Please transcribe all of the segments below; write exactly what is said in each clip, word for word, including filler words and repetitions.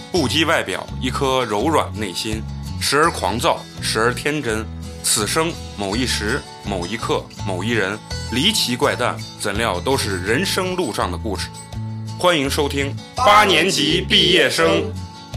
不羁外表，一颗柔软内心，时而狂躁，时而天真。此生某一时、某一刻、某一人，离奇怪诞，怎料都是人生路上的故事。欢迎收听八年级毕业生。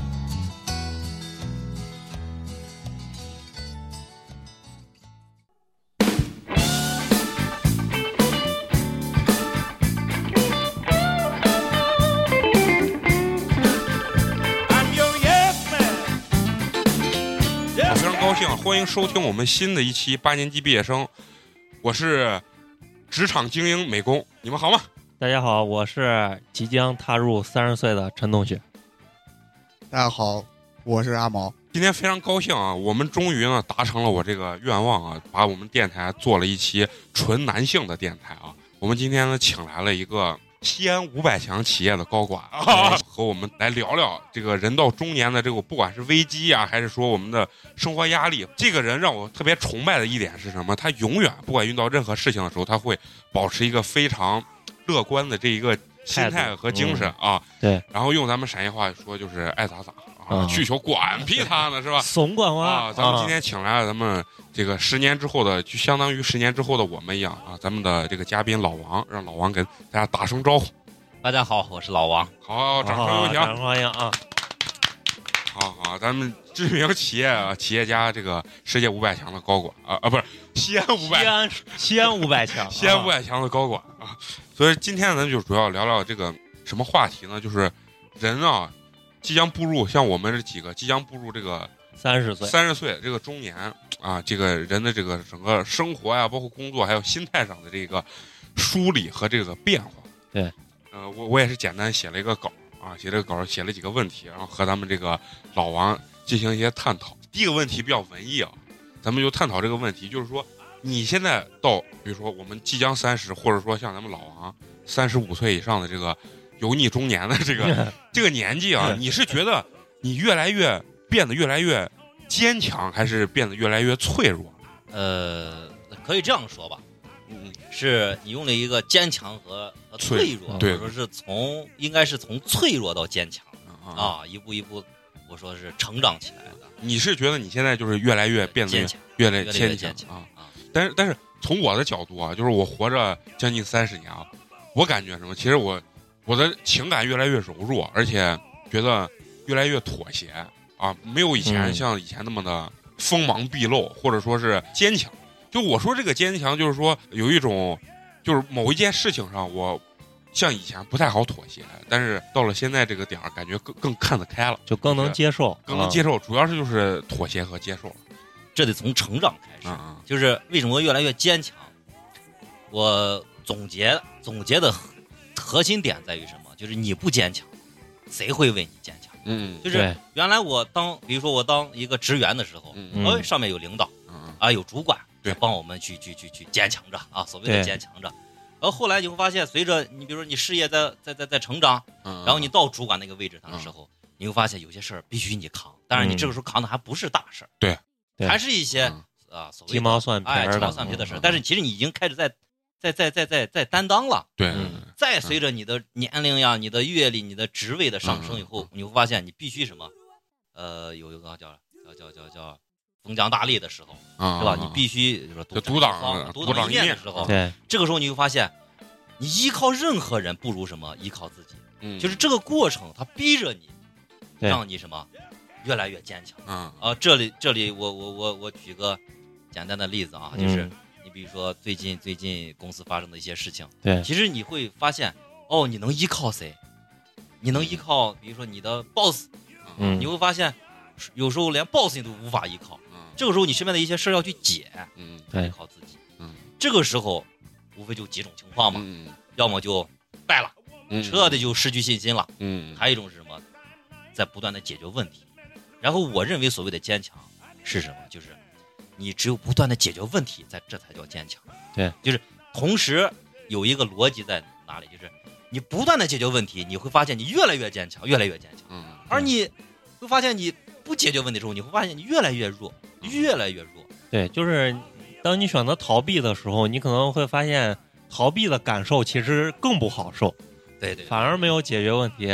欢迎收听我们新的一期八年级毕业生，我是职场精英美工，你们好吗？ 大家好，我是即将踏入三十岁的陈同学。 大家好，我是阿毛。 今天非常高兴啊，我们终于呢达成了我这个愿望啊，把我们电台做了一期纯男性的电台啊。我们今天呢请来了一个西安五百强企业的高管啊，和我们来聊聊这个人到中年的这个不管是危机啊，还是说我们的生活压力。这个人让我特别崇拜的一点是什么？他永远不管遇到任何事情的时候，他会保持一个非常乐观的这一个心态和精神啊。 嗯、对， 然后用咱们陕西话说就是爱咋咋啊，去球管屁他呢是吧？ 怂管话啊！咱们今天请来了咱们这个十年之后的，就相当于十年之后的我们一样啊。咱们的这个嘉宾老王，让老王跟大家打声招呼。 大家好，我是老王。 好，掌声有请， 掌声欢迎啊！ 好好，咱们知名企业啊，企业家这个世界五百强的高管啊啊，不是西安五百， 西安西安五百强， 西安五百强的高管啊。所以今天咱就主要聊聊这个什么话题呢？就是人啊，即将步入像我们这几个即将步入这个三十岁， 三十岁这个中年啊，这个人的这个整个生活呀、啊，包括工作还有心态上的这个梳理和这个变化。 对。 呃，我我也是简单写了一个稿啊，写了个稿，写了几个问题，然后和咱们这个老王进行一些探讨。第一个问题比较文艺啊，咱们就探讨这个问题，就是说你现在到，比如说我们即将三十，或者说像咱们老王三十五岁以上的这个油腻中年的这个这个年纪啊，你是觉得你越来越变得越来越坚强，还是变得越来越脆弱？ 呃，可以这样说吧。嗯，是你用了一个坚强和和脆弱， 对， 我说是从应该是从脆弱到坚强啊，一步一步，我说是成长起来的。 你是觉得你现在就是越来越变得坚强， 越来越坚强啊啊！ 但是但是从我的角度啊，就是我活着将近三十年啊，我感觉什么？其实我我的情感越来越柔弱，而且觉得越来越妥协啊，没有以前像以前那么的锋芒毕露，或者说是坚强。就我说这个坚强，就是说有一种，就是某一件事情上，我像以前不太好妥协，但是到了现在这个点儿，感觉更更看得开了， 就更能接受， 更能接受。主要是就是妥协和接受。 这得从成长开始， 嗯、 就是为什么越来越坚强。我总结总结的核心点在于什么？就是你不坚强，谁会为你坚强？ 嗯， 就是原来我当，比如说我当一个职员的时候， 嗯， 哎，上面有领导， 嗯啊，有主管。 对， 帮我们去去去去坚强着啊，所谓的坚强着。然后后来你会发现，随着你比如说你事业在在在在成长， 嗯， 然后你到主管那个位置上的时候，嗯、你会发现有些事儿必须你扛，当然你这个时候扛的还不是大事儿， 对、 嗯，还是一些、 嗯、 啊所谓鸡毛蒜皮哎鸡毛蒜皮的事儿、 嗯。 但是其实你已经开始在在在在在在担当了， 对、 嗯。再随着你的年龄呀、你的阅历、你的职位的上升以后， 嗯、 你会发现你必须什么，呃，有一个叫叫叫叫叫。封疆大吏的时候， 啊、 是吧？你必须就是独当独当一面的时候， 对， 这个时候你会发现，你依靠任何人不如什么？依靠自己。 嗯， 就是这个过程，它逼着你，让你什么越来越坚强。 嗯啊，这里这里我我我我举个简单的例子啊， 嗯、 就是你比如说最近最近公司发生的一些事情， 对， 其实你会发现，哦，你能依靠谁？你能依靠，比如说你的 boss， 嗯， 你会发现，有时候连 boss 你都无法依靠。这个时候，你身边的一些事要去解， 嗯， 对，靠自己， 嗯， 这个时候，无非就几种情况嘛， 嗯， 要么就败了， 嗯， 彻底就失去信心了， 嗯， 还有一种是什么，在不断的解决问题。然后我认为所谓的坚强是什么？就是你只有不断的解决问题，在这才叫坚强。 对， 就是同时有一个逻辑在哪里？就是你不断的解决问题，你会发现你越来越坚强，越来越坚强， 嗯， 而你会发现你不解决问题之后，你会发现你越来越弱。越来越弱， 对，就是当你选择逃避的时候，你可能会发现逃避的感受其实更不好受， 对 对, 对， 反而没有解决问题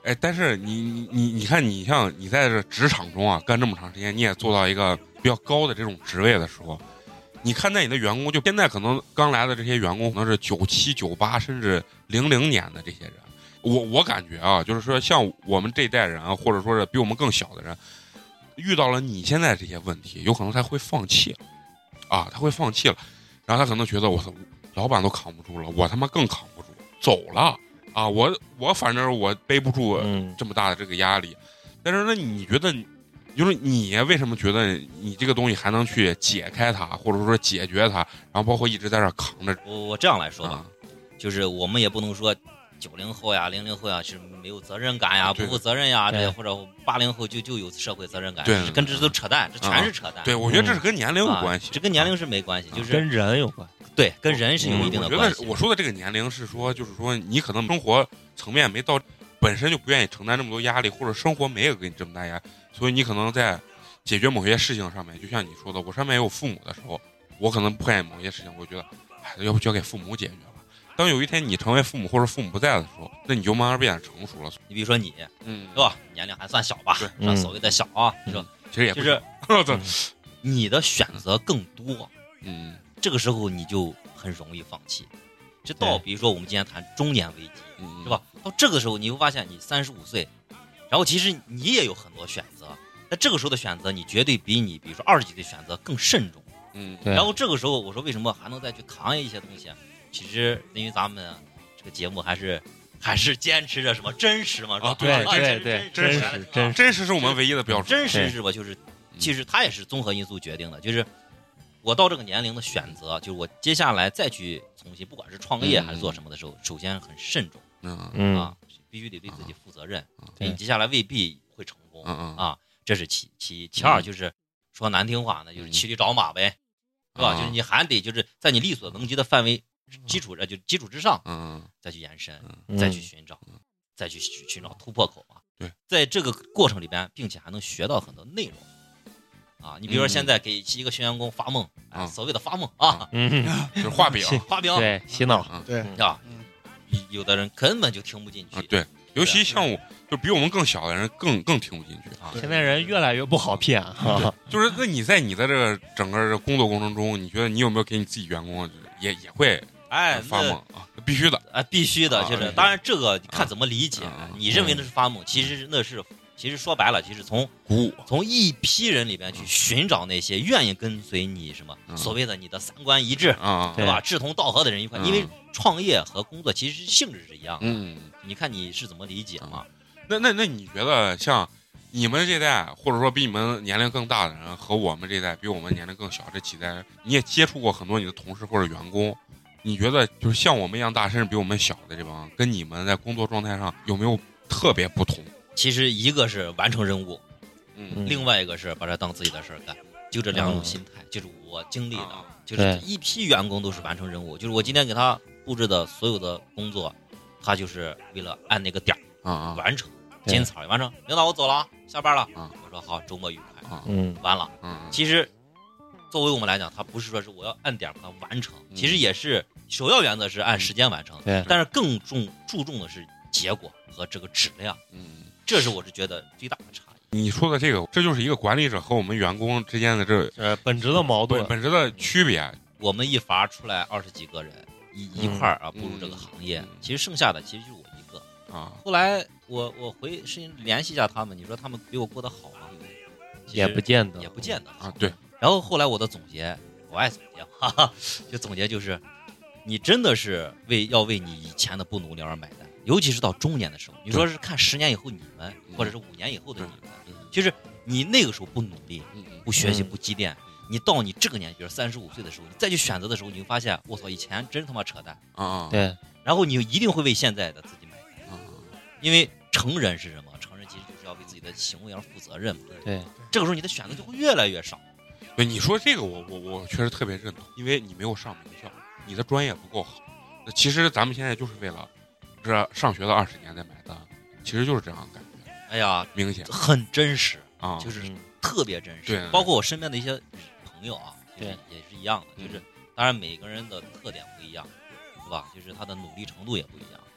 哎，但是你你你你看，你像你在这职场中啊干这么长时间，你也做到一个比较高的这种职位的时候，你看待你的员工，就现在可能刚来的这些员工，可能是九七、九八甚至零零年的这些人，我我感觉啊，就是说像我们这一代人啊，或者说是比我们更小的人，遇到了你现在这些问题，有可能他会放弃了，啊，他会放弃了，然后他可能觉得我操，老板都扛不住了，我他妈更扛不住，走了啊！我我反正我背不住这么大的这个压力，嗯、但是那你觉得，就是你为什么觉得你这个东西还能去解开它，或者说解决它，然后包括一直在这扛着？ 我我这样来说吧， 啊、 就是我们也不能说九零后呀、零零后呀是没有责任感呀、不负责任呀，这或者八零后就就有社会责任感， 对， 跟这都扯淡，这全是扯淡。 对，我觉得这是跟年龄有关系， 啊、这跟年龄是没关系，就是跟人有关。 对，跟人是有一定的关系。 我觉得我说的这个年龄是说，就是说你可能生活层面没到，本身就不愿意承担这么多压力，或者生活没有给你这么大压力，所以你可能在解决某些事情上面，就像你说的，我上面有父母的时候，我可能不愿意某些事情，我觉得，哎，要不交给父母解决吧。当有一天你成为父母或者父母不在的时候，那你就慢慢变得成熟了。 你比如说你， 嗯， 是吧？年龄还算小吧， 对， 所谓的小啊，你说、 嗯、其实也不就是嗯、 你的选择更多， 嗯， 这个时候你就很容易放弃。这到比如说我们今天谈中年危机， 嗯、 是吧？到这个时候你会发现你三十五岁，然后其实你也有很多选择，那这个时候的选择你绝对比你比如说二十几岁选择更慎重。 嗯， 然后这个时候我说为什么还能再去扛一些东西？其实因为咱们这个节目还是还是坚持着什么真实嘛，是吧？ 啊，对对对，真实真实真实是我们唯一的标准。 真实是吧？就是其实它也是综合因素决定的，就是我到这个年龄的选择，就是我接下来再去重新，不管是创业还是做什么的时候，嗯、首先很慎重， 嗯啊，必须得对自己负责任。嗯、你接下来未必会成功， 嗯啊，这是其其一。其二就是说难听话呢，就是骑驴找马呗，是吧？就是你还得就是在你力所能及的范围。基础就基础之上， 嗯， 再去延伸， 嗯、 再去寻找，嗯、再去寻找突破口啊。 对， 在这个过程里边，并且还能学到很多内容啊。你比如说，现在给一个新员工发梦， 嗯、 啊，所谓的发梦啊， 嗯， 就是画饼， 画饼， 对，洗脑， 对啊，有的人根本就听不进去。 啊、对，尤其像我，就比我们更小的人更更听不进去啊。 现在人越来越不好骗啊。 就是那你在你的这个整个的工作过程中，你觉得你有没有给你自己员工也也会？ 哎， 发梦啊，必须的， 哎，必须的，就是，当然这个看怎么理解。 啊、 你认为那是发梦，其实那是，其实说白了，其实从鼓舞， 从一批人里边去寻找那些愿意跟随你什么嗯、 所谓的你的三观一致啊， 对吧？志同道合的人一块， 嗯、 因为创业和工作其实性质是一样的。 嗯， 你看你是怎么理解嘛？ 那那那你觉得像你们这代，或者说比你们年龄更大的人，和我们这代比我们年龄更小这几代人，你也接触过很多你的同事或者员工。你觉得就是像我们一样大，甚至比我们小的这帮，跟你们在工作状态上有没有特别不同？ 其实一个是完成任务， 嗯， 另外一个是把它当自己的事儿干，就这两种心态，嗯、就是我经历的， 啊、 就是一批员工都是完成任务，就是我今天给他布置的所有的工作，他就是为了按那个点儿啊完成，金草完成。领导我走了，下班了， 啊、 我说好，周末愉快， 啊、 嗯， 完了， 嗯， 其实。作为我们来讲，它不是说是我要按点把它完成，其实也是首要原则是按时间完成， 对， 但是更重注重的是结果和这个质量， 嗯， 这是我是觉得最大的差异。 你说的这个，这就是一个管理者和我们员工之间的这呃本质的矛盾， 本质的区别。 我们一伐出来二十几个人一一块儿啊步入这个行业， 嗯、 其实剩下的其实就是我一个啊。 后来我我回是联系一下他们，你说他们比我过得好吗？ 也不见得， 也不见得啊。对。 然后后来我的总结。我爱总结，哈哈，就总结就是，你真的是为要为你以前的不努力而买单，尤其是到中年的时候。你说是看十年以后你们，或者是五年以后的你们，其实你那个时候不努力、不学习、不积淀，你到你这个年纪，比如三十五岁的时候，你再去选择的时候，你会发现，我操，以前真他妈扯淡啊！ 对， 然后你一定会为现在的自己买单啊， 因为成人是什么？成人其实就是要为自己的行为而负责任嘛。 对， 这个时候你的选择就会越来越少。 对你说这个我，我我我确实特别认同，因为你没有上名校，你的专业不够好。那其实咱们现在就是为了这上学的二十年在买单，其实就是这样的感觉。 哎呀， 明显很真实啊， 就是特别真实。 对， 包括我身边的一些朋友啊， 对， 也是一样的。就是当然每个人的特点不一样，是吧？就是他的努力程度也不一样。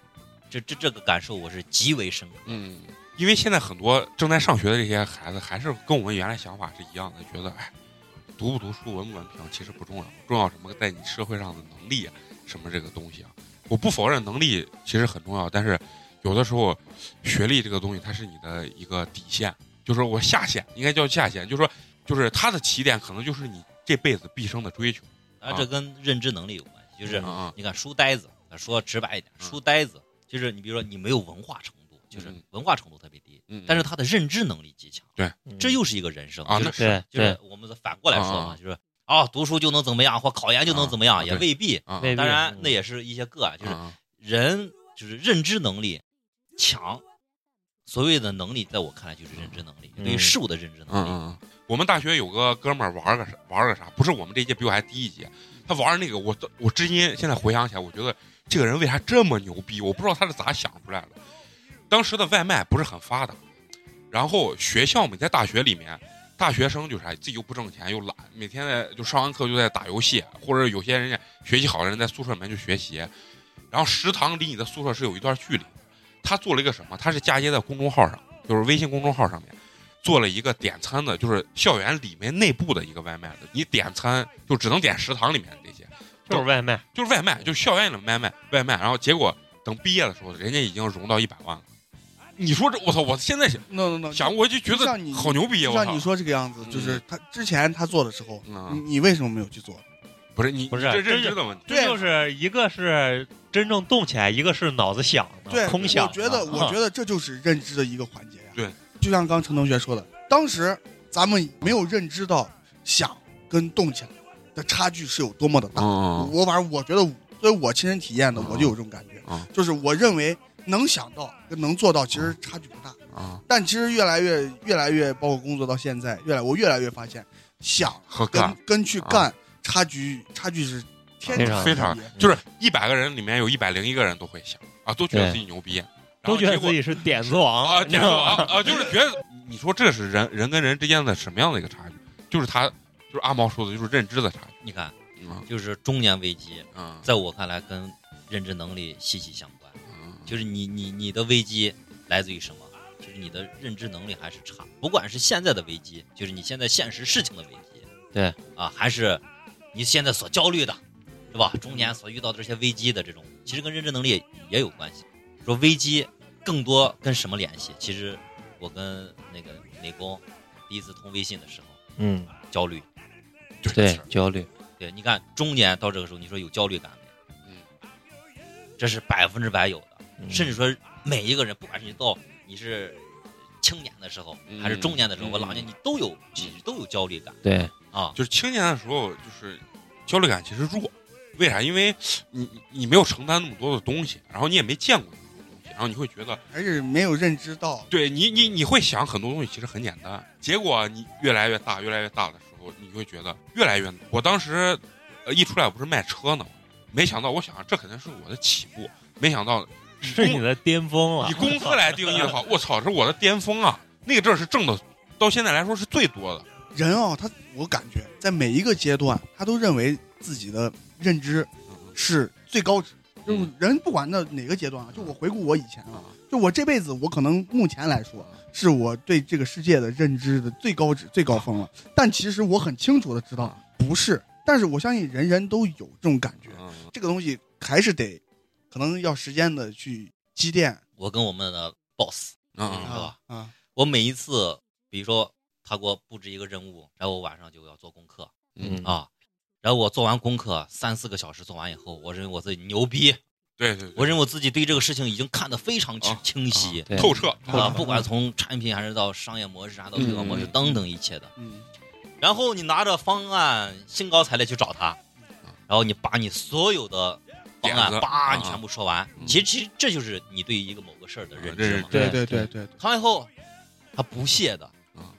这这这个感受我是极为深刻。 嗯，因为现在很多正在上学的这些孩子，还是跟我们原来想法是一样的，觉得哎，读不读书、文不文凭其实不重要，重要什么在你社会上的能力啊，什么这个东西啊。我不否认能力其实很重要，但是有的时候学历这个东西它是你的一个底线，就是我下限应该叫下限，就是说就是它的起点可能就是你这辈子毕生的追求。 啊，这跟认知能力有关系，就是嗯你看书呆子，说直白一点，书呆子就是你比如说你没有文化程度，就是文化程度特别低， 嗯， 但是他的认知能力极强， 对， 这又是一个人生啊， 就那是就是我们反过来说嘛，就是啊，读书就能怎么样，或考研就能怎么样，也未必，当然那也是一些个案，就是人就是认知能力强。所谓的能力，在我看来就是认知能力，对于事物的认知能力。 嗯嗯，我们大学有个哥们儿玩个玩个啥，不是我们这届比我还低一届，他玩那个，我我至今现在回想起来，我觉得这个人为啥这么牛逼？我不知道他是咋想出来的。当时的外卖不是很发达，然后学校嘛，在大学里面，大学生就是啥，自己又不挣钱又懒，每天在就上完课就在打游戏，或者有些人家学习好的人在宿舍里面就学习，然后食堂离你的宿舍是有一段距离。他做了一个什么？他是嫁接在公众号上，就是微信公众号上面，做了一个点餐的，就是校园里面内部的一个外卖的。你点餐就只能点食堂里面的这些， 就是外卖， 就是外卖，就是校园里的外卖外卖。然后结果等毕业的时候，人家已经融到一百万了。你说这我操！我现在想 no, no, no, 想，我就觉得好牛逼。 像你说这个样子，就是他之前他做的时候， 嗯、 你你为什么没有去做？ 不是你不是这认知的问题， 这就是一个是真正动起来，一个是脑子想的， 对， 空想。 我觉得，我觉得这就是认知的一个环节呀。 对， 就像刚陈同学说的，当时咱们没有认知到想跟动起来的差距是有多么的大。 嗯、 我反正我觉得，所以我亲身体验的，我就有这种感觉， 嗯、 就是我认为能想到跟能做到其实差距不大。 啊， 但其实越来越越来越，包括工作到现在，越来我越来越发现，想跟跟去干差距差距是。 非常非常，就是一百个人里面有一百零一个人都会想啊，都觉得自己牛逼， 都觉得自己是点子王啊，点子王啊，就是觉得你说这是人人跟人之间的什么样的一个差距？就是他，就是阿毛说的，就是认知的差距。 你看， 嗯、 就是中年危机， 嗯， 在我看来跟认知能力息息相关。嗯，就是你你你的危机来自于什么？就是你的认知能力还是差，不管是现在的危机，就是你现在现实事情的危机， 对啊，还是你现在所焦虑的。是吧？中年所遇到的这些危机的这种，其实跟认知能力 也, 也有关系。说危机更多跟什么联系？其实我跟那个美工第一次通微信的时候， 嗯， 焦虑， 对，焦虑， 对，你看中年到这个时候，你说有焦虑感没？嗯，这是百分之百有的，嗯、甚至说每一个人，不管是你到你是青年的时候， 嗯、 还是中年的时候，我、嗯、老年你都有，其实都有焦虑感。 对啊， 就是青年的时候，就是焦虑感其实弱。为啥？因为你你没有承担那么多的东西，然后你也没见过那么多东西，然后你会觉得还是没有认知到。 对你你你会想很多东西其实很简单，结果你越来越大越来越大的时候，你会觉得越来越。我当时呃一出来不是卖车呢，没想到我想这肯定是我的起步，没想到是你的巅峰了。 以工资来定义的话，我操，是我的巅峰啊！那个证是挣的，到现在来说是最多的。 人啊、哦，他我感觉在每一个阶段，他都认为自己的认知是最高值，就是人不管到哪个阶段啊，就我回顾我以前啊，就我这辈子，我可能目前来说是我对这个世界的认知的最高值、最高峰了。但其实我很清楚的知道不是，但是我相信人人都有这种感觉，这个东西还是得可能要时间的去积淀。 我跟我们的 boss 啊是吧？ 啊， 我每一次，比如说他给我布置一个任务，然后我晚上就要做功课， 嗯啊。然后我做完功课三四个小时做完以后，我认为我自己牛逼， 对 对, 对， 我认为我自己对这个事情已经看得非常清晰、 啊啊、透彻啊，不管从产品还是到商业模式，还是到推广模式、嗯、等等一切的。 嗯。 然后你拿着方案兴高采烈去找他，然后你把你所有的方案叭你全部说完， 嗯、 其实其实这就是你对于一个某个事儿的认知嘛。 对对对对。 看完以后，他不屑的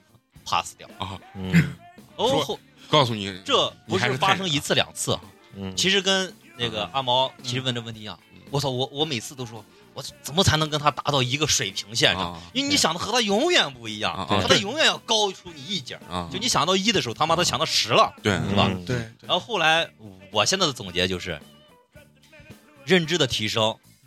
pass 掉啊， 嗯，哦。 告诉你， 这不是发生一次两次， 嗯， 其实跟那个阿毛其实问这问题一样，嗯、我操，我我每次都说，我怎么才能跟他达到一个水平线上？啊、因为你想的和他永远不一样， 啊、 和他永远要高出你一截儿。就你想到一的时候，他妈都想到十了， 对， 是吧？ 对。 然后后来，我现在的总结就是，认知的提升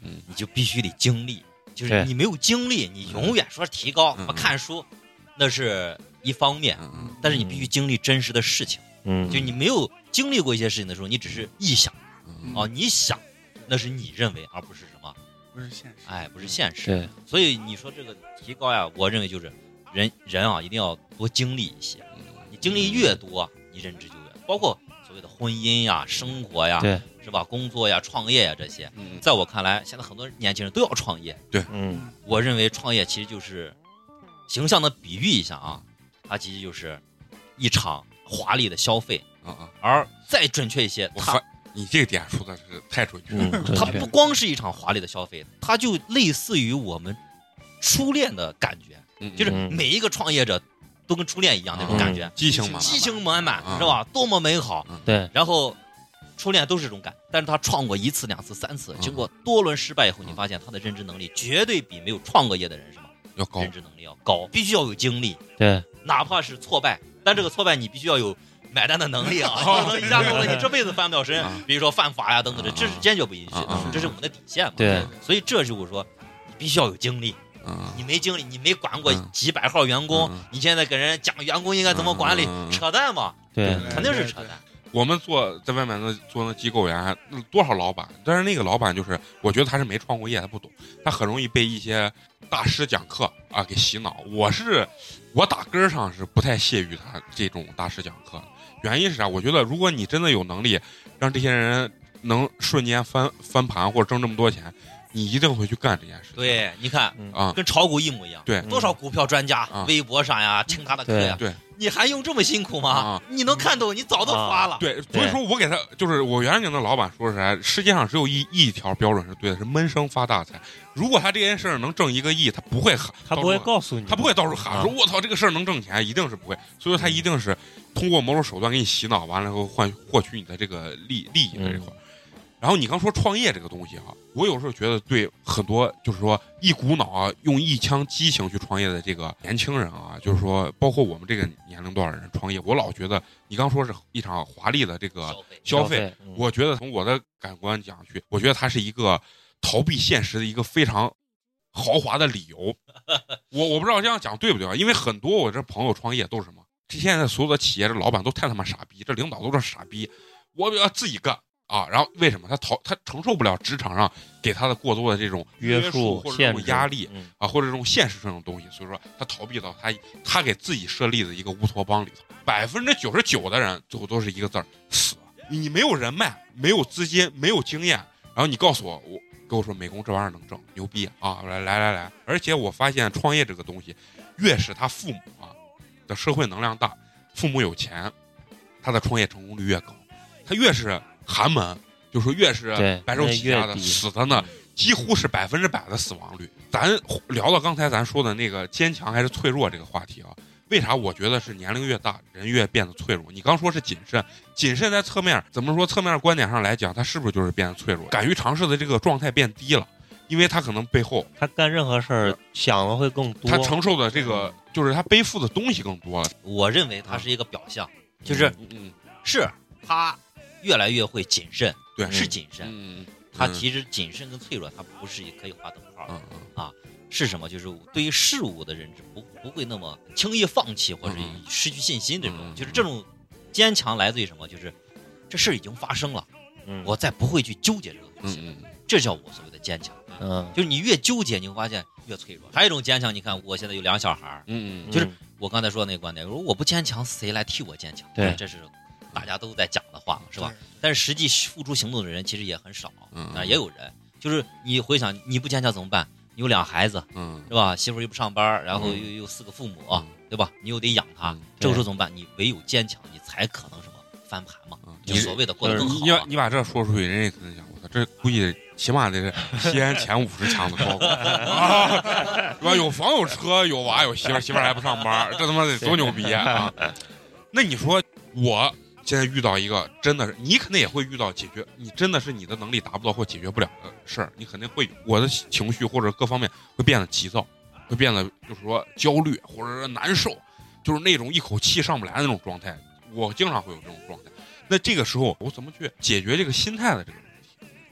嗯， 你就必须得经历，就是你没有经历，你永远说提高， 嗯、 看书，那是一方面， 嗯、 但是你必须经历真实的事情。 嗯， 就你没有经历过一些事情的时候，你只是臆想， 嗯、 啊，你想那是你认为，而不是什么， 不是现实， 哎，不是现实。 对， 所以你说这个提高呀，我认为就是人人啊，一定要多经历一些，你经历越多，你认知就越，包括所谓的婚姻呀、生活呀， 对， 是吧？工作呀、创业呀这些， 嗯、 在我看来，现在很多年轻人都要创业。 对， 嗯， 我认为创业其实就是形象的比喻一下啊，它其实就是一场华丽的消费。 啊啊！ 而再准确一些，它你这个点说的是太准确了。 嗯、 它不光是一场华丽的消费，它就类似于我们初恋的感觉， 嗯、 就是每一个创业者都跟初恋一样那种感觉， 嗯、激情满满， 激情满满， 嗯、 是吧？多么美好！ 对。 然后初恋都是这种感，但是他创过一次、两次、三次，经过多轮失败以后，你发现他的认知能力绝对比没有创过业的人什么要高， 认知能力要高，必须要有经历。 对， 哪怕是挫败，但这个挫败你必须要有买单的能力啊，不能一下说了你这辈子翻不了身，比如说犯法呀等等，这这是坚决不允许的，这是我们的底线嘛。 对， 所以这就是说，你必须要有经历。你没经历，你没管过几百号员工，你现在跟人讲员工应该怎么管理，扯淡嘛？ 对， 肯定是扯淡。 我们做在外面的做那机构员，多少老板，但是那个老板就是，我觉得他是没创过业，他不懂，他很容易被一些大师讲课啊给洗脑。我是我打根儿上是不太屑于他这种大师讲课的，原因是啥？我觉得如果你真的有能力让这些人能瞬间翻翻盘或者挣这么多钱，你一定会去干这件事情。 对，你看啊， 跟炒股一模一样。 对， 多少股票专家微博上呀听他的课呀， 对， 你还用这么辛苦吗？你能看懂，你早都发了。 对，所以说我给他就是我原来的老板说是啥，世界上只有一一条标准是对的，是闷声发大财。如果他这件事能挣一个亿，他不会喊， 他不会告诉你， 他不会到处喊说我操这个事儿能挣钱，一定是不会。所以说他一定是通过某种手段给你洗脑，完了以后换获取你的这个利利益这块。然后你刚说创业这个东西哈，我有时候觉得对很多就是说一股脑啊用一腔激情去创业的这个年轻人啊，就是说包括我们这个年龄段的人创业，我老觉得你刚说是一场华丽的这个消费，消费嗯、 我觉得从我的感官讲去，我觉得它是一个逃避现实的一个非常豪华的理由。我我不知道这样讲对不对啊？因为很多我这朋友创业都是什么，这现在所有的企业这老板都太他妈傻逼，这领导都是傻逼，我要自己干。啊，然后为什么他逃他承受不了职场上给他的过多的这种约束或者这种压力啊，或者这种现实上的东西，所以说他逃避到他他给自己设立的一个乌托邦里头。百分之九十九的人最后都是一个字儿死。你没有人脉，没有资金，没有经验，然后你告诉我，我跟我说美工这玩意儿能挣，牛逼啊！来来来来，而且我发现创业这个东西，越是他父母啊的社会能量大，父母有钱，他的创业成功率越高，他越是。寒门就是说越是白手起家的死的呢，几乎是百分之百的死亡率。咱聊到刚才咱说的那个坚强还是脆弱这个话题啊，为啥我觉得是年龄越大人越变得脆弱？你刚说是谨慎，谨慎在侧面怎么说？侧面观点上来讲，他是不是就是变得脆弱？敢于尝试的这个状态变低了，因为他可能背后他干任何事儿想的会更多， 他承受的这个就是他背负的东西更多了。 我认为他是一个表象，就是嗯， 是他。越来越会谨慎， 对， 是谨慎。 嗯， 他其实谨慎跟脆弱，他不是可以划等号的、 嗯、 啊。是什么？就是对于事物的认知不不会那么轻易放弃或者失去信心。这种、 嗯、 就是这种坚强来自于什么？就是这事儿已经发生了， 嗯， 我再不会去纠结这个东西。 嗯嗯， 这叫我所谓的坚强。 嗯， 就是你越纠结，你会发现越脆弱。还有一种坚强，你看我现在有两小孩， 嗯嗯， 就是我刚才说的那个观点，如果我不坚强，谁来替我坚强？ 对， 这是。大家都在讲的话是吧？但是实际付出行动的人其实也很少， 嗯啊，也有人。就是你回想，你不坚强怎么办？你有俩孩子， 嗯， 是吧？媳妇又不上班，然后又又四个父母， 嗯、 对吧？你又得养他， 嗯、 这个时候怎么办？你唯有坚强，你才可能什么翻盘嘛？ 嗯、 就所谓的过得更好、啊。 你你你把这说出去，人家可能讲，我操，这估计起码得是西安前五十强的高管啊，是吧？有房有车有娃有媳妇，媳妇还不上班，这他妈得多牛逼啊！那你说我。现在遇到一个真的是，你肯定也会遇到解决，你真的是你的能力达不到或解决不了的事儿，你肯定会有我的情绪或者各方面会变得急躁，会变得就是说焦虑或者是难受，就是那种一口气上不来的那种状态。我经常会有这种状态。那这个时候我怎么去解决这个心态的这个问题？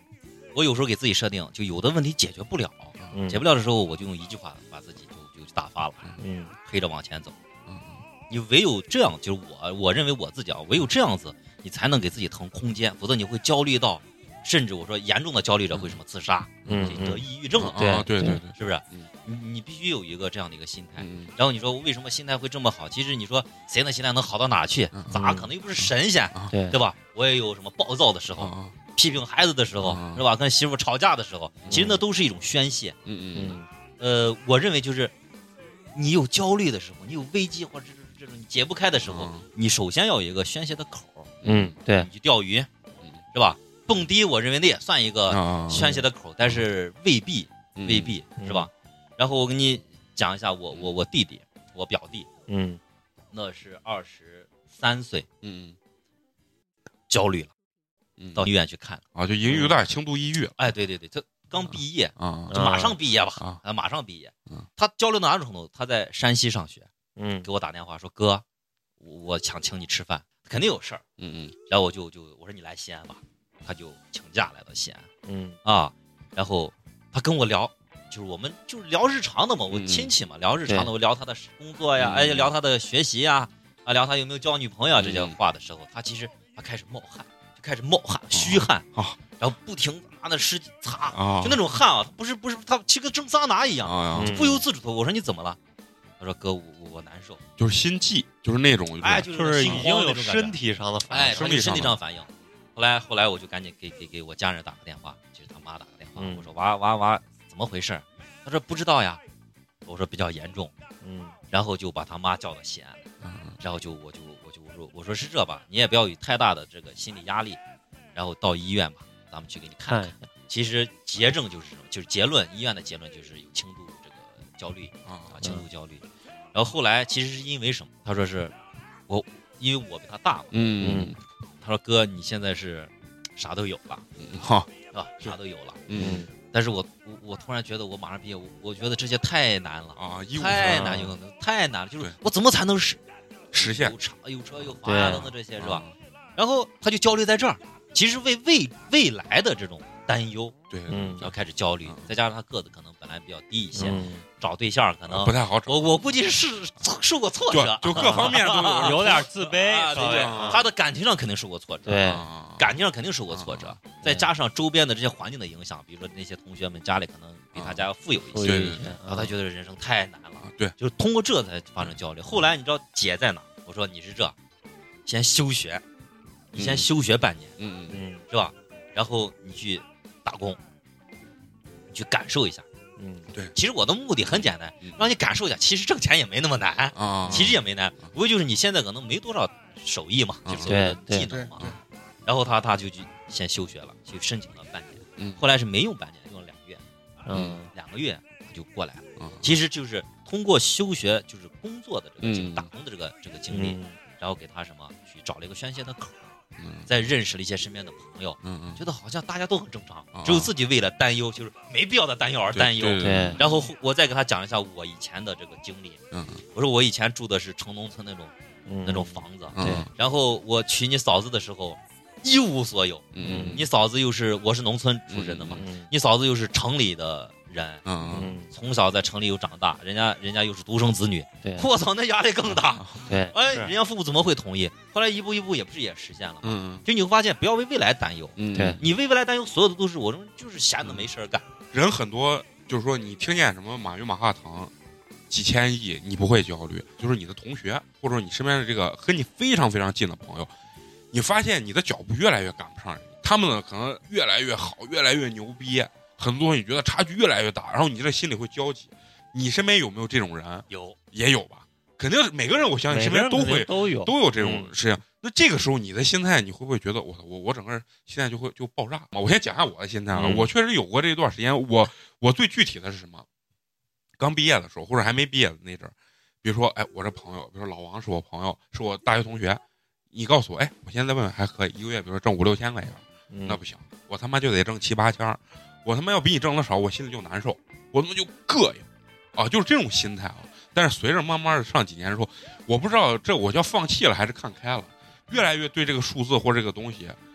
我有时候给自己设定，就有的问题解决不了， 嗯解不了的时候，我就用一句话把自己就就打发了， 嗯黑着往前走。 嗯你唯有这样，就是我我认为我自己啊，唯有这样子，你才能给自己腾空间，否则你会焦虑到，甚至我说严重的焦虑者会什么自杀， 嗯得抑郁症， 对啊，对对对， 是不是？ 嗯你你必须有一个这样的一个心态。 嗯然后你说为什么心态会这么好？其实你说谁的心态能好到哪去嗯？ 咋可能又不是神仙， 对对吧？我也有什么暴躁的时候， 啊批评孩子的时候， 嗯是吧？跟媳妇吵架的时候，其实那都是一种宣泄。 嗯嗯嗯呃，我认为就是你有焦虑的时候，你有危机或者是这种你解不开的时候， 嗯你首先要有一个宣泄的口儿。 嗯对你去钓鱼，是吧？蹦迪，我认为那也算一个啊宣泄的口儿，但是未必未必嗯是吧？然后我跟你讲一下，我我我弟弟，我表弟， 嗯那是二十三岁， 嗯焦虑了， 嗯到医院去看了。 啊，就已经有点轻度抑郁了哎，对对对，他刚毕业， 啊就马上毕业吧， 啊啊，马上毕业嗯。 他焦虑到哪种程度？他在山西上学， 嗯给我打电话说：“哥，我想请你吃饭，肯定有事儿。 嗯嗯” 然后我就就我说你来西安吧，他就请假来到西安嗯啊。然后他跟我聊，就是我们就是聊日常的嘛，我嗯亲戚嘛，聊日常的， 对我聊他的工作呀， 嗯哎，聊他的学习呀，啊，聊他有没有交女朋友啊这些嗯话的时候，他其实他开始冒汗，就开始冒汗，虚汗啊， 然后不停地拿那湿巾擦， 啊就那种汗啊，不是不是，他其实跟蒸桑拿一样， 啊嗯不由自主的。我说你怎么了？他说哥，我我我难受， 就是心悸，就是那种哎， 就就是已心经有慌那种感觉身体上的反哎， 应， 他就身体生理上的上反应。后来后来我就赶紧给给给我家人打个电话，就是他妈打个电话， 嗯我说娃娃娃怎么回事？他说不知道呀。我说比较严重， 嗯然后就把他妈叫到西安来， 嗯然后就我就我就我说我说是这吧，你也不要有太大的这个心理压力，然后到医院吧，咱们去给你看看。 看一下其实结症就是什么？就是结论，医院的结论就是有轻度这个焦虑啊啊，轻度焦虑。然后后来其实是因为什么？他说是我，因为我比他大嘛。 嗯他说哥，你现在是啥都有了， 嗯好是吧？啥都有了。 嗯但是我我我突然觉得我马上毕业，我我觉得这些太难了， 啊义务太啊难有太难了。就是对我怎么才能实实现有车有车有房呀对等等这些是吧？ 啊然后他就焦虑在这儿，其实为未未来的这种担忧， 对嗯然后开始焦虑嗯， 再加上他个子可能本来比较低一些， 嗯找对象可能不太好找， 我我估计是受过挫就折， 就各方面都有有点自卑啊，对对稍微啊他的感情上肯定受过挫折， 对啊感情上肯定受过挫折啊， 再加上周边的这些环境的影响，比如说那些同学们家里可能比他家要富有一些， 富裕一些然后他觉得人生太难了， 啊对就是通过这才发生焦虑。后来你知道解在哪？我说你是这，先休学，你先嗯休学半年， 嗯嗯嗯是吧？然后你去打工，你去感受一下。 嗯其实我的目的很简单嗯， 让你感受一下，其实挣钱也没那么难， 啊其实也没难，无非就是你现在可能没多少手艺嘛， 嗯就是所谓的对技能嘛对。 然后他他就去先休学了，去申请了半年， 嗯后来是没用半年，用了两个月， 嗯两个月他就过来了。 嗯其实就是通过休学，就是工作的这个经历嗯打工的这个这个经历， 嗯然后给他什么去找了一个宣泄的口儿， 嗯再认识了一些身边的朋友， 嗯嗯觉得好像大家都很正常啊， 只有自己为了担忧，就是没必要的担忧而担忧。 对对然后我再给他讲一下我以前的这个经历。 嗯我说我以前住的是城农村那种嗯那种房子， 嗯对然后我娶你嫂子的时候一无所有， 嗯你嫂子又是我是农村出身的嘛， 嗯你嫂子又是城里的人， 嗯嗯从小在城里又长大，人家人家又是独生子女， 对我操，那压力更大。 对哎， 是人家父母怎么会同意？后来一步一步也不是也实现了吗？ 嗯就你会发现，不要为未来担忧， 嗯对你为未来担忧，所有的都是我认为就是闲的没事儿干。 人很多就是说你听见什么马云马化腾几千亿，你不会焦虑，就是你的同学或者说你身边的这个和你非常非常近的朋友，你发现你的脚步越来越赶不上人，他们呢可能越来越好，越来越牛逼，很多东西觉得差距越来越大，然后你这心里会焦急。你身边有没有这种人？ 有， 也有吧，肯定是每个人，我相信身边都每个人会都有都有这种嗯事情。那这个时候你的心态，你会不会觉得我我我整个人心态就会就爆炸嘛？我先讲一下我的心态啊， 嗯我确实有过这一段时间，我我最具体的是什么？刚毕业的时候，或者还没毕业的那阵儿，比如说，哎，我这朋友，比如说老王是我朋友，是我大学同学，你告诉我，哎，我现在问问还可以，一个月比如说挣五六千块钱， 嗯那不行，我他妈就得挣七八千，我他妈要比你挣的少，我心里就难受，我他妈就膈应啊，就是这种心态啊。但是随着慢慢的上几年之后，我不知道这我叫放弃了还是看开了，越来越对这个数字或者这个东西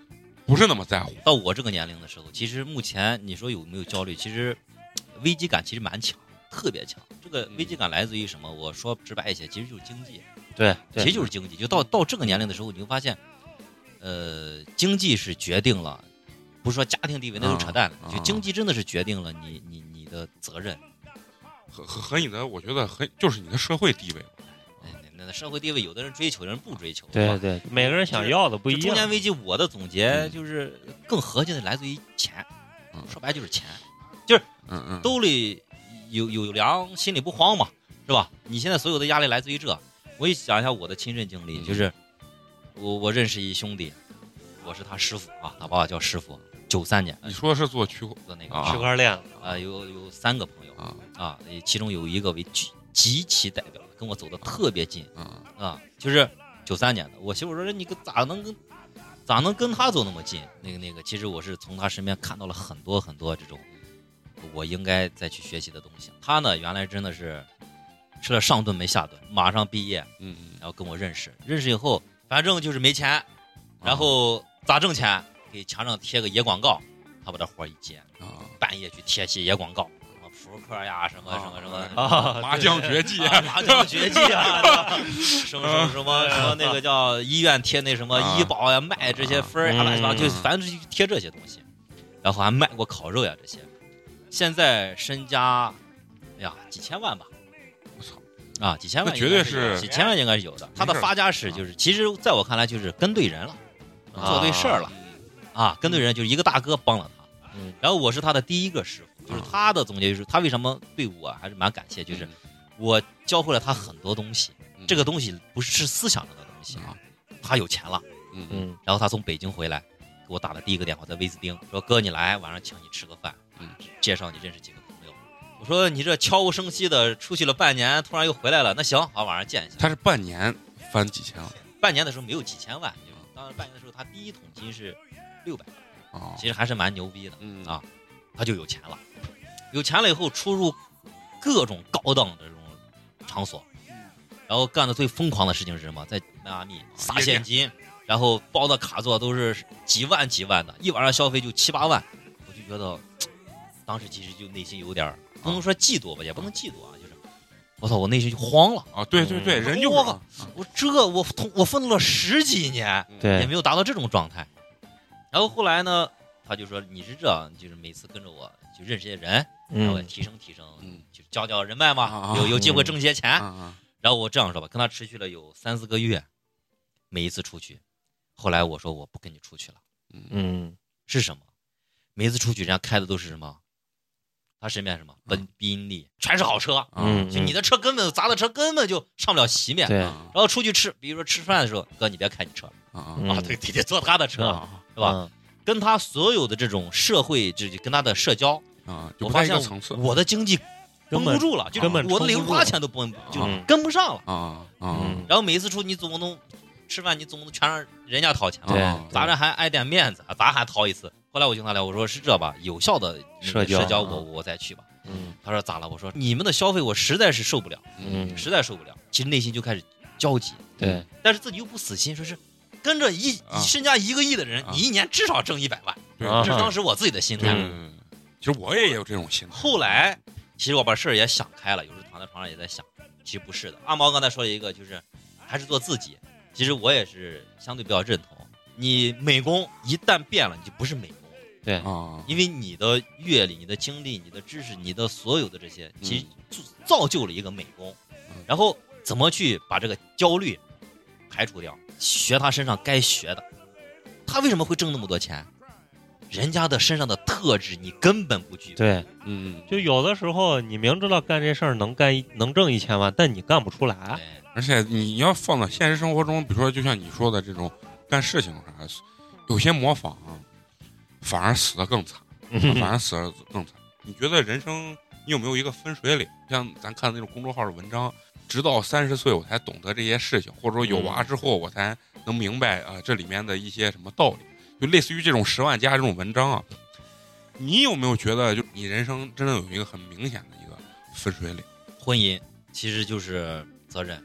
不是那么在乎。 到我这个年龄的时候，其实目前你说有没有焦虑，其实危机感其实蛮强，特别强。这个危机感来自于什么？我说直白一些，其实就是经济。 对， 其实就是经济。就到到这个年龄的时候，你会发现，呃，经济是决定了，不是说家庭地位那就扯淡了， 嗯、 就经济真的是决定了你你你的责任。 和和和你的，我觉得很就是你的社会地位。 那社会地位，有的人追求，有人不追求。 对对，每个人想要的不一样。 中年危机，我的总结就是更核心的来自于钱， 嗯、 说白就是钱，就是嗯嗯， 兜里有有粮，心里不慌嘛，是吧？你现在所有的压力来自于这。我一讲一下我的亲身经历，就是我我认识一兄弟，我是他师傅啊，他把我叫师傅。九三年， 你说是做区的那个区块链啊，有有三个朋友啊啊，其中有一个为极极其代表。跟我走的特别近， 嗯啊，就是九三年的。我媳妇说：“你跟咋能跟咋能跟他走那么近？”那个那个，其实我是从他身边看到了很多很多这种我应该再去学习的东西。他呢，原来真的是吃了上顿没下顿，马上毕业， 嗯， 然后跟我认识，认识以后，反正就是没钱，然后咋挣钱？给墙上贴个野广告，他把这活一接， 啊， 半夜去贴些野广告。扑克呀，什么什么什么啊， 麻将绝技， 啊、麻将绝技啊，什么什么什么什么那个叫医院贴那什么医保呀，卖这些分呀，乱七八糟，就反正就贴这些东西，然后还卖过烤肉呀这些。现在身家，哎呀，几千万吧。 我操！ 啊，几千万， 绝对是几千万应该是有的。他的发家史就是，其实在我看来就是跟对人了，做对事儿了，啊，跟对人就是一个大哥帮了他， 嗯， 然后我是他的第一个师傅。就是他的总结就是他为什么对我还是蛮感谢，就是我教会了他很多东西，这个东西不是思想上的东西啊。他有钱了， 嗯嗯， 然后他从北京回来，给我打了第一个电话，在威斯汀，说哥你来，晚上请你吃个饭， 嗯， 介绍你认识几个朋友。我说你这悄无声息的出去了半年，突然又回来了，那行，好晚上见一下。 他是半年翻几千万， 半年的时候没有几千万，就是当时半年的时候他第一桶金是六百万，哦，其实还是蛮牛逼的，嗯啊，他就有钱了。有钱了以后，出入各种高档的这种场所，然后干的最疯狂的事情是什么？在迈阿密撒现金，然后包的卡座都是几万几万的，一晚上消费就七八万。我就觉得，当时其实就内心有点不能说嫉妒吧，也不能嫉妒啊，就是我操，我内心就慌了啊！对对对，人就我靠，我这我我奋斗了十几年， 对， 也没有达到这种状态。然后后来呢，他就说你是这样，就是每次跟着我就认识些人。然后提升提升，嗯，就交交人脉嘛， 啊、 有有机会挣些钱。 啊、 然后我这样说吧，跟他持续了有三四个月，每一次出去。后来我说我不跟你出去了， 嗯， 是什么？每一次出去，人家开的都是什么？他身边什么？奔宾利，全是好车， 嗯， 就你的车根本砸的车根本就上不了席面。 对。 然后出去吃，比如说吃饭的时候，哥你别开你车啊， 啊，得得得坐他的车，是吧？跟他所有的这种社会，就跟他的社交。 啊， 我发现我的经济绷不住了，就我的零花钱都绷就跟不上了啊啊！ 然后每一次出你总不能吃饭，你总不能全让人家掏钱吧？ 咱这还挨点面子，咱还掏一次。后来我就跟他聊，我说是这吧，有效的社交，社交我我再去吧。 嗯， 他说咋了？我说你们的消费我实在是受不了， 嗯， 实在受不了。其实内心就开始焦急， 对， 但是自己又不死心，说是跟着一身家一个亿的人，你一年至少挣一百万，这是当时我自己的心态。 其实我也有这种心态。 后来，其实我把事儿也想开了，有时候躺在床上也在想，其实不是的。阿毛刚才说了一个，就是还是做自己。其实我也是相对比较认同，你美工一旦变了，你就不是美工了。 对啊， 因为你的阅历、你的经历、你的知识、你的所有的这些，其实造就了一个美工。 嗯、 然后怎么去把这个焦虑排除掉？学他身上该学的。他为什么会挣那么多钱？人家的身上的特质你根本不具备。 对， 嗯， 就有的时候你明知道干这事儿能干能挣一千万，但你干不出来。 而且你要放到现实生活中，比如说就像你说的这种干事情啥，有些模仿、啊、反而死得更惨，反而死得更惨。你觉得人生你有没有一个分水岭？像咱看那种公众号的文章，直到三十岁我才懂得这些事情，或者说有娃之后我才能明白啊、呃、这里面的一些什么道理。就类似于这种十万加这种文章啊，你有没有觉得就你人生真的有一个很明显的一个分水岭？ 婚姻其实就是责任，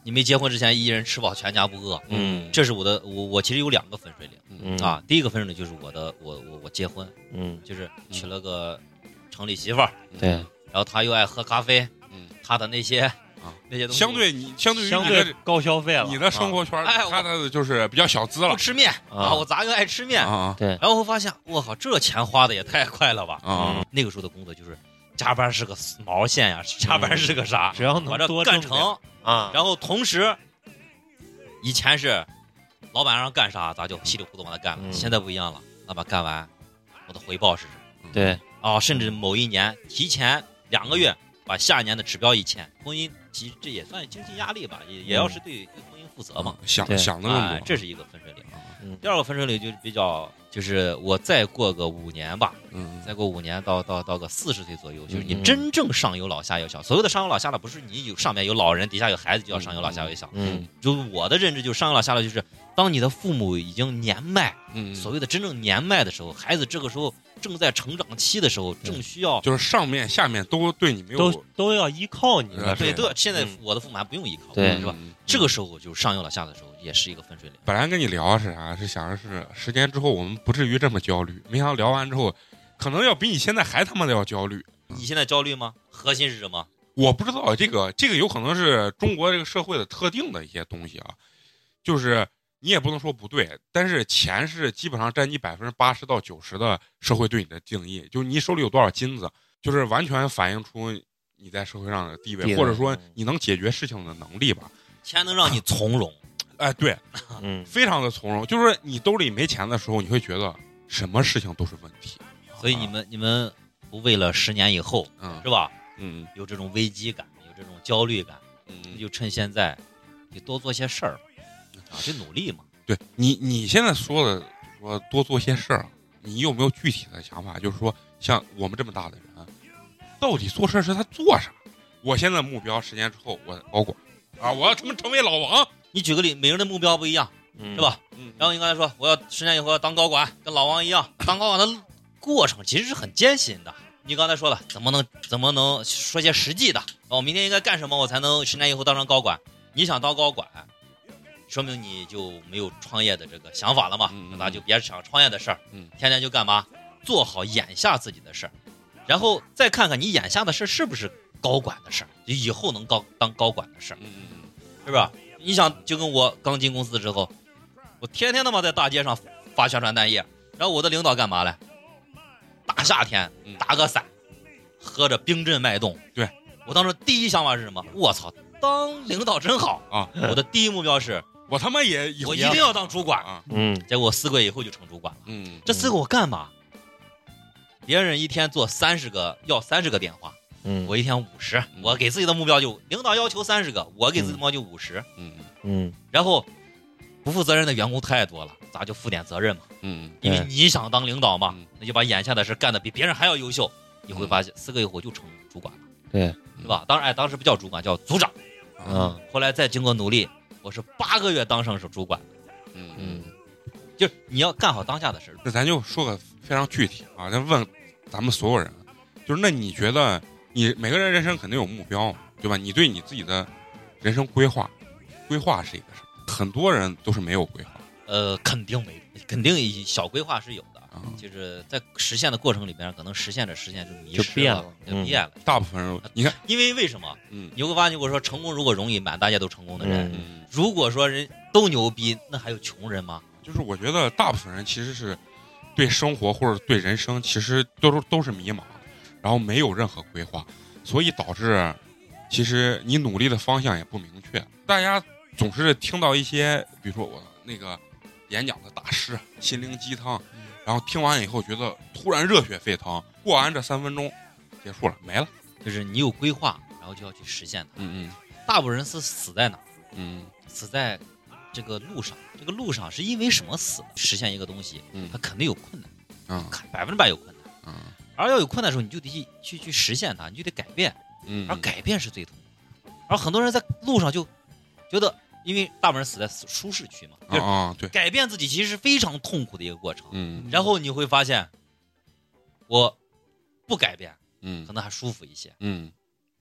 你没结婚之前一人吃饱全家不饿， 嗯这是我的我我其实有两个分水岭、 嗯啊。第一个分水岭就是我的我我我结婚， 嗯， 就是娶了个城里媳妇儿， 对， 然后她又爱喝咖啡， 嗯， 她的那些啊那些东西相对你相对于相你的对高消费了， 你的生活圈， 哎他的就是比较小资了不吃面啊，我咋又爱吃面？ 啊对， 然后我发现我靠，这钱花的也太快了吧！ 啊啊！ 那个时候的工作就是加班是个毛线呀，加班是个啥？ 只要能把这多干成挣点，啊， 然后同时，以前是老板让干啥咱就稀里糊涂把它干了， 嗯现在不一样了，老板干完我的回报是什么？ 对， 哦，甚至某一年提前两个月把下年的指标一签，婚姻其实这也算经济压力吧，也也要是对对婚姻负责嘛。 想对想的更多，， 哎这是一个分水岭。 嗯第二个分水岭就是比较，就是我再过个五年吧， 嗯再过五年到到到个四十岁左右，就是你嗯真正上有老下有小。所谓的上有老下老，不是你有上面有老人，底下有孩子就叫上有老下有小。 嗯就我的认知，就是上有老下有，就是当你的父母已经年迈， 嗯， 所谓的真正年迈的时候，孩子这个时候正在成长期的时候，正需要。 就是上面下面都对你没有都都要依靠你呃了， 对， 对都现在嗯我的父母还不用依靠， 对是吧？ 嗯这个时候就是上有老下的时候，也是一个分水岭。 本来跟你聊是啥？是想着是十年之后我们不至于这么焦虑，没想到聊完之后，可能要比你现在还他妈的要焦虑。 你现在焦虑吗？核心是什么？ 我不知道这个这个有可能是中国这个社会的特定的一些东西啊，就是你也不能说不对，但是钱是基本上占你百分之八十到九十的社会对你的定义，就是你手里有多少金子，就是完全反映出你在社会上的地位， 地位或者说你能解决事情的能力吧。 钱能让你从容， 哎，对， 嗯非常的从容。就是你兜里没钱的时候，你会觉得什么事情都是问题。 所以你们你们不为了十年以后嗯是吧？ 嗯有这种危机感，有这种焦虑感， 嗯， 就趁现在，就多做些事儿啊，就努力嘛。 对你你现在说的说多做些事儿，你有没有具体的想法？就是说，像我们这么大的人，到底做事是他做啥？我现在目标十年之后我高管啊，我要成成为老王， 你举个例，每个人的目标不一样， 嗯是吧？ 嗯， 然后你刚才说我要十年以后要当高管，跟老王一样，当高管的过程其实是很艰辛的。你刚才说了，怎么能怎么能说些实际的？哦，明天应该干什么，我才能十年以后当上高管？你想当高管，说明你就没有创业的这个想法了嘛？ 嗯嗯那咱就别想创业的事儿， 嗯天天就干嘛？做好眼下自己的事儿，然后再看看你眼下的事儿是不是高管的事儿，就以后能高当高管的事儿， 嗯嗯是吧？你想，就跟我刚进公司之后，我天天他妈在大街上发宣传单页，然后我的领导干嘛嘞？大夏天嗯打个伞，喝着冰镇脉动。 对， 我当时第一想法是什么？我操，当领导真好啊！ 我的第一目标是我他妈也以后我一定要当主管。 啊， 嗯结果四个月以后就成主管了。 嗯这四个我干嘛？别人一天做三十个，要三十个电话， 嗯我一天五十。我给自己的目标就领导要求三十个，我给自己的目标就五十。 嗯嗯然后不负责任的员工太多了，咱就负点责任嘛。 嗯因为对你想当领导嘛嗯， 那就把眼下的事干得比别人还要优秀。你会发现四个月后就成主管了， 对， 是吧？当然，哎，当时不叫主管，叫组长。 嗯后来再经过努力，我是八个月当上是主管。 嗯嗯。 嗯就是你要干好当下的事儿。 那咱就说个非常具体啊，咱问咱们所有人，就是那你觉得你每个人人生肯定有目标，对吧？你对你自己的人生规划，规划是一个什么？很多人都是没有规划呃，肯定没，肯定小规划是有的， 啊， 就是在实现的过程里边，可能实现着实现就迷失了就变了， 就变了。 大部分人你看， 因为为什么？ 嗯你会发现，我说成功如果容易，满大街都成功的人。 嗯嗯， 如果说人都牛逼，那还有穷人吗？ 就是我觉得大部分人其实是对生活或者对人生其实都是都是迷茫，然后没有任何规划，所以导致其实你努力的方向也不明确。大家总是听到一些，比如说我那个演讲的大师心灵鸡汤，然后听完以后觉得突然热血沸腾，过完这三分钟结束了，没了。 就是你有规划，然后就要去实现它。 嗯大部分人是死在哪？ 嗯死在这个路上。这个路上是因为什么死的？实现一个东西， 嗯它肯定有困难， 嗯百分之百有困难。 嗯而要有困难的时候，你就得去去去实现它，你就得改变。 嗯， 而改变是最痛苦的。而很多人在路上就觉得，因为大部分人死在舒适区嘛，就是啊啊对， 改变自己其实是非常痛苦的一个过程。 嗯然后你会发现，我不改变嗯可能还舒服一些， 嗯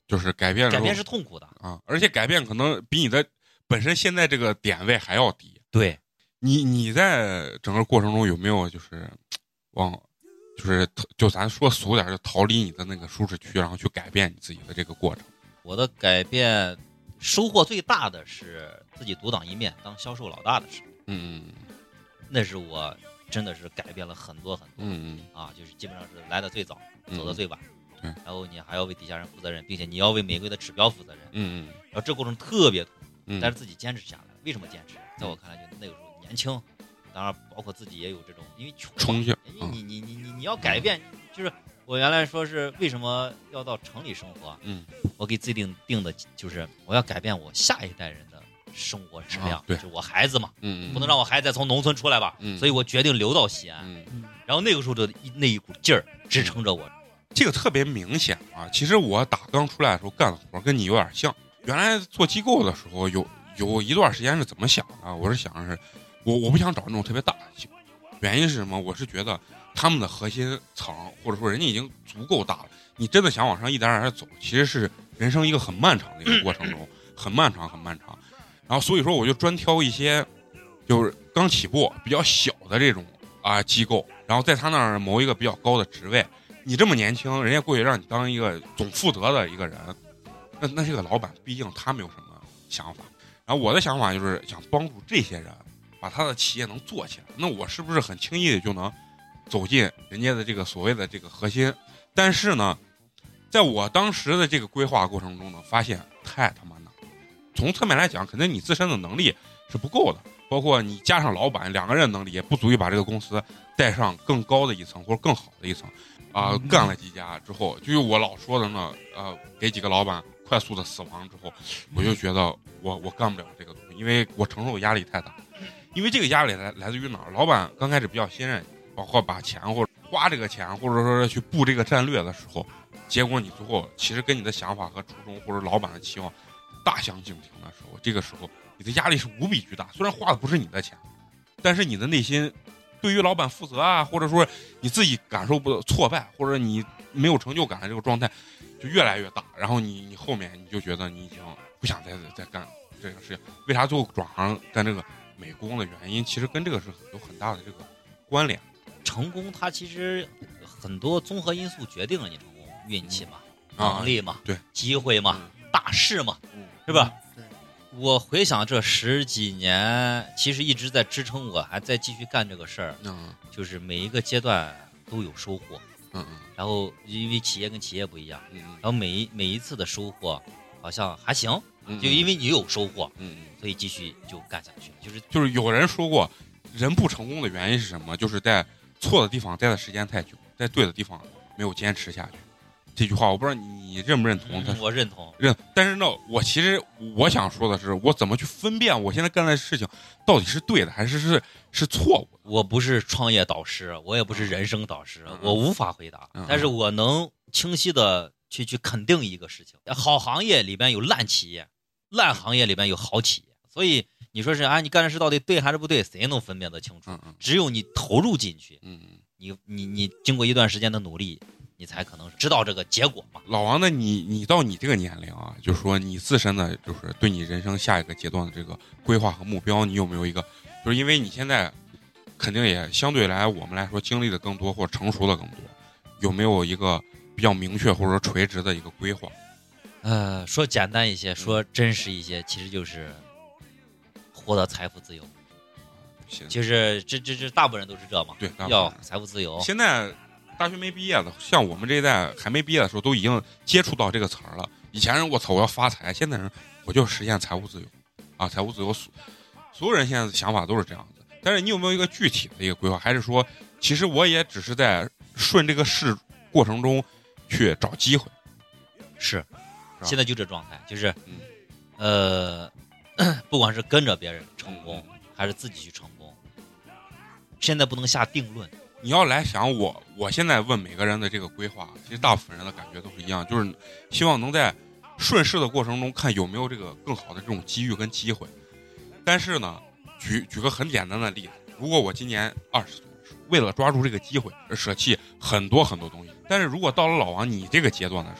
就是改变改变是痛苦的啊，而且改变可能比你的本身现在这个点位还要低。 对， 你你在整个过程中有没有就是往就是就咱说俗点，就逃离你的那个舒适区，然后去改变你自己的这个过程？ 我的改变收获最大的是自己独当一面当销售老大的时候， 嗯嗯， 那是我真的是改变了很多很多， 嗯嗯啊，就是基本上是来的最早， 嗯走的最晚， 对， 然后你还要为底下人负责任，并且你要为每个月的指标负责任， 嗯嗯， 然后这过程特别痛苦， 嗯， 但是自己坚持下来。为什么坚持？在我看来，就那个时候年轻，当然包括自己也有这种，因为穷嘛， 冲劲， 你你你你你你要改变，就是我原来说是为什么要到城里生活， 嗯， 我给自己定定的就是我要改变我下一代人的生活质量， 啊对就是我孩子嘛， 嗯嗯， 不能让我孩子再从农村出来吧， 嗯所以我决定留到西安， 嗯， 然后那个时候的那一股劲儿支撑着我。 这个特别明显啊。其实我打刚出来的时候干的活跟你有点像。原来做机构的时候有有一段时间是怎么想的？我是想是，我我不想找那种特别大的机构，原因是什么？我是觉得他们的核心层或者说人家已经足够大了，你真的想往上一点点走，其实是人生一个很漫长的一个过程中，很漫长很漫长。然后所以说我就专挑一些就是刚起步比较小的这种啊机构，然后在他那儿谋一个比较高的职位。你这么年轻，人家过去让你当一个总负责的一个人，那那这个老板毕竟他没有什么想法。然后我的想法就是想帮助这些人把他的企业能做起来，那我是不是很轻易的就能走进人家的这个所谓的这个核心？但是呢，在我当时的这个规划过程中呢，发现太他妈难了。从侧面来讲，肯定你自身的能力是不够的，包括你加上老板两个人能力也不足以把这个公司带上更高的一层或者更好的一层。啊、呃，干了几家之后，就是我老说的呢，呃，给几个老板快速的死亡之后，我就觉得我我干不了这个东西，因为我承受压力太大。因为这个压力来来自于哪儿？老板刚开始比较信任你，包括把钱或者花这个钱，或者说去布这个战略的时候，结果你最后其实跟你的想法和初衷或者老板的期望大相径庭的时候，这个时候你的压力是无比巨大。虽然花的不是你的钱，但是你的内心对于老板负责啊，或者说你自己感受不到挫败，或者你没有成就感的这个状态就越来越大，然后你你后面你就觉得你已经不想再再干这个事情。为啥最后转行干这个美工的原因，其实跟这个是有很大的这个关联。 成功它其实很多综合因素决定了你成功，运气嘛， 嗯、 能力嘛， 啊、对， 机会嘛， 嗯、 大势嘛， 嗯、 是吧？ 对。 我回想这十几年，其实一直在支撑我还在继续干这个事儿。 嗯， 就是每一个阶段都有收获。 嗯嗯。 然后因为企业跟企业不一样， 嗯嗯。 然后每一每一次的收获好像还行， 嗯嗯， 就因为你有收获， 嗯嗯， 所以继续就干下去。就是就是有人说过，人不成功的原因是什么？就是在错的地方待的时间太久，在对的地方没有坚持下去。这句话我不知道你认不认同？ 嗯、我认同， 认。但是呢，我其实我想说的是，我怎么去分辨我现在干的事情到底是对的还是是是错误的？ 我不是创业导师，我也不是人生导师， 嗯、 我无法回答。 嗯、 但是我能清晰的去去肯定一个事情：好行业里边有烂企业，烂行业里边有好企业。所以你说是啊，你干的事到底对还是不对，谁能分辨得清楚？ 嗯嗯、 只有你投入进去， 嗯， 你你你经过一段时间的努力。你才可能知道这个结果嘛。 老王呢，你你到你这个年龄啊，就是说你自身的，就是对你人生下一个阶段的这个规划和目标，你有没有一个？就是因为你现在肯定也相对来我们来说经历的更多或者成熟的更多，有没有一个比较明确或者说垂直的一个规划？ 呃，说简单一些，说真实一些，其实就是获得财富自由。就是这这这大部分人都是这嘛， 对， 要财富自由。 现在。大学没毕业的，像我们这一代还没毕业的时候，都已经接触到这个词儿了。以前人我操我要发财，现在人我就实现财务自由，啊，财务自由，所有人现在的想法都是这样子。但是你有没有一个具体的一个规划？还是说，其实我也只是在顺这个势过程中去找机会？ 是，现在就这状态，就是， 嗯、 呃，不管是跟着别人成功， 嗯、 还是自己去成功，现在不能下定论。 你要来想我，我现在问每个人的这个规划，其实大部分人的感觉都是一样，就是希望能在顺势的过程中看有没有这个更好的这种机遇跟机会。但是呢，举举个很简单的例子，如果我今年二十岁的时候，为了抓住这个机会而舍弃很多很多东西，但是如果到了老王你这个阶段的时候，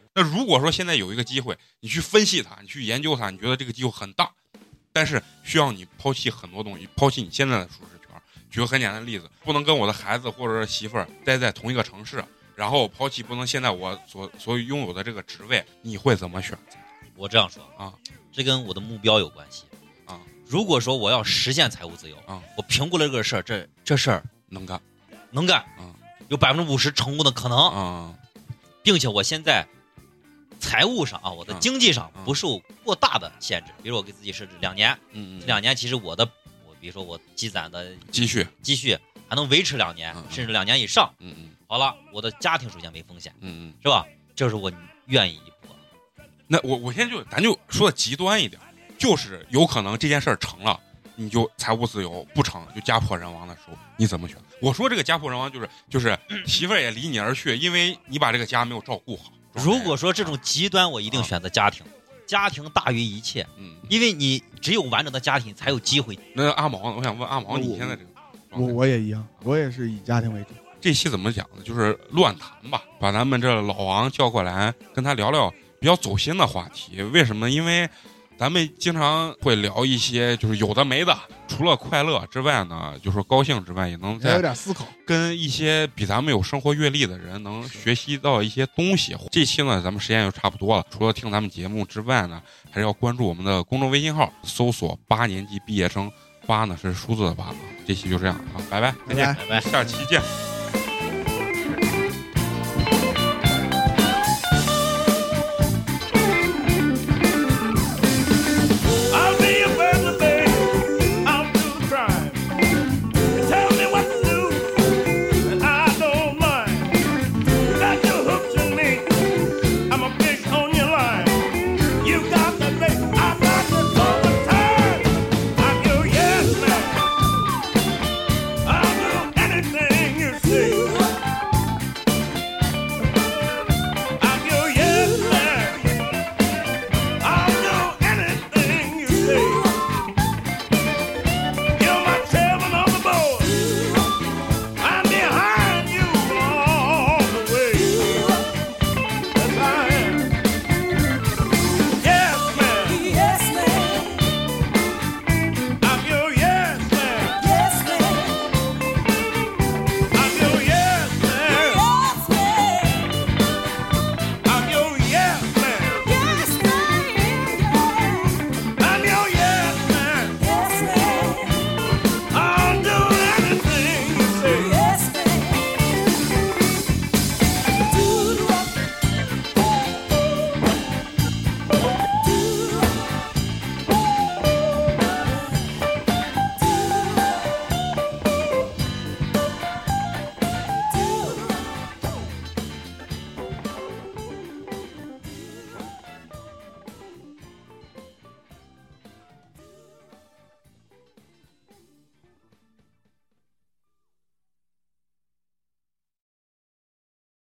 那如果说现在有一个机会，你去分析它，你去研究它，你觉得这个机会很大，但是需要你抛弃很多东西，抛弃你现在的舒适圈。举个很简单的例子，不能跟我的孩子或者是媳妇儿待在同一个城市，然后抛弃不能现在我所所拥有的这个职位，你会怎么选择？ 我这样说啊， 这跟我的目标有关系啊。 如果说我要实现财务自由啊， 我评估了这个事儿，这这事儿能干， 能干， 啊， 有百分之五十成功的可能， 啊， 并且我现在财务上啊，我的经济上不受过大的限制。比如我给自己设置两年， 嗯， 这两年其实我的我比如说我积攒的积蓄积蓄还能维持两年， 嗯、 甚至两年以上。 嗯嗯， 好了，我的家庭首先没风险， 嗯嗯， 是吧？这是我愿意一搏。 那我我现在就咱就说的极端一点，就是有可能这件事儿成了，你就财务自由；不成就家破人亡的时候，你怎么选？我说这个家破人亡就是就是媳妇儿也离你而去，因为你把这个家没有照顾好。 如果说这种极端，我一定选择家庭，啊、家庭大于一切。 嗯， 因为你只有完整的家庭，才有机会。 那阿毛，我想问阿毛，你现在这个我我也一样，我也是以家庭为主。 这期怎么讲呢？就是乱谈吧，把咱们这老王叫过来，跟他聊聊比较走心的话题。为什么？因为咱们经常会聊一些就是有的没的，除了快乐之外呢，就说高兴之外，也能在有点思考， 跟一些比咱们有生活阅历的人能学习到一些东西。这期呢，咱们时间就差不多了。除了听咱们节目之外呢，还是要关注我们的公众微信号，搜索八年级毕业生，八呢是数字的八啊。这期就这样啊，拜拜，再见， 拜拜， 下期见。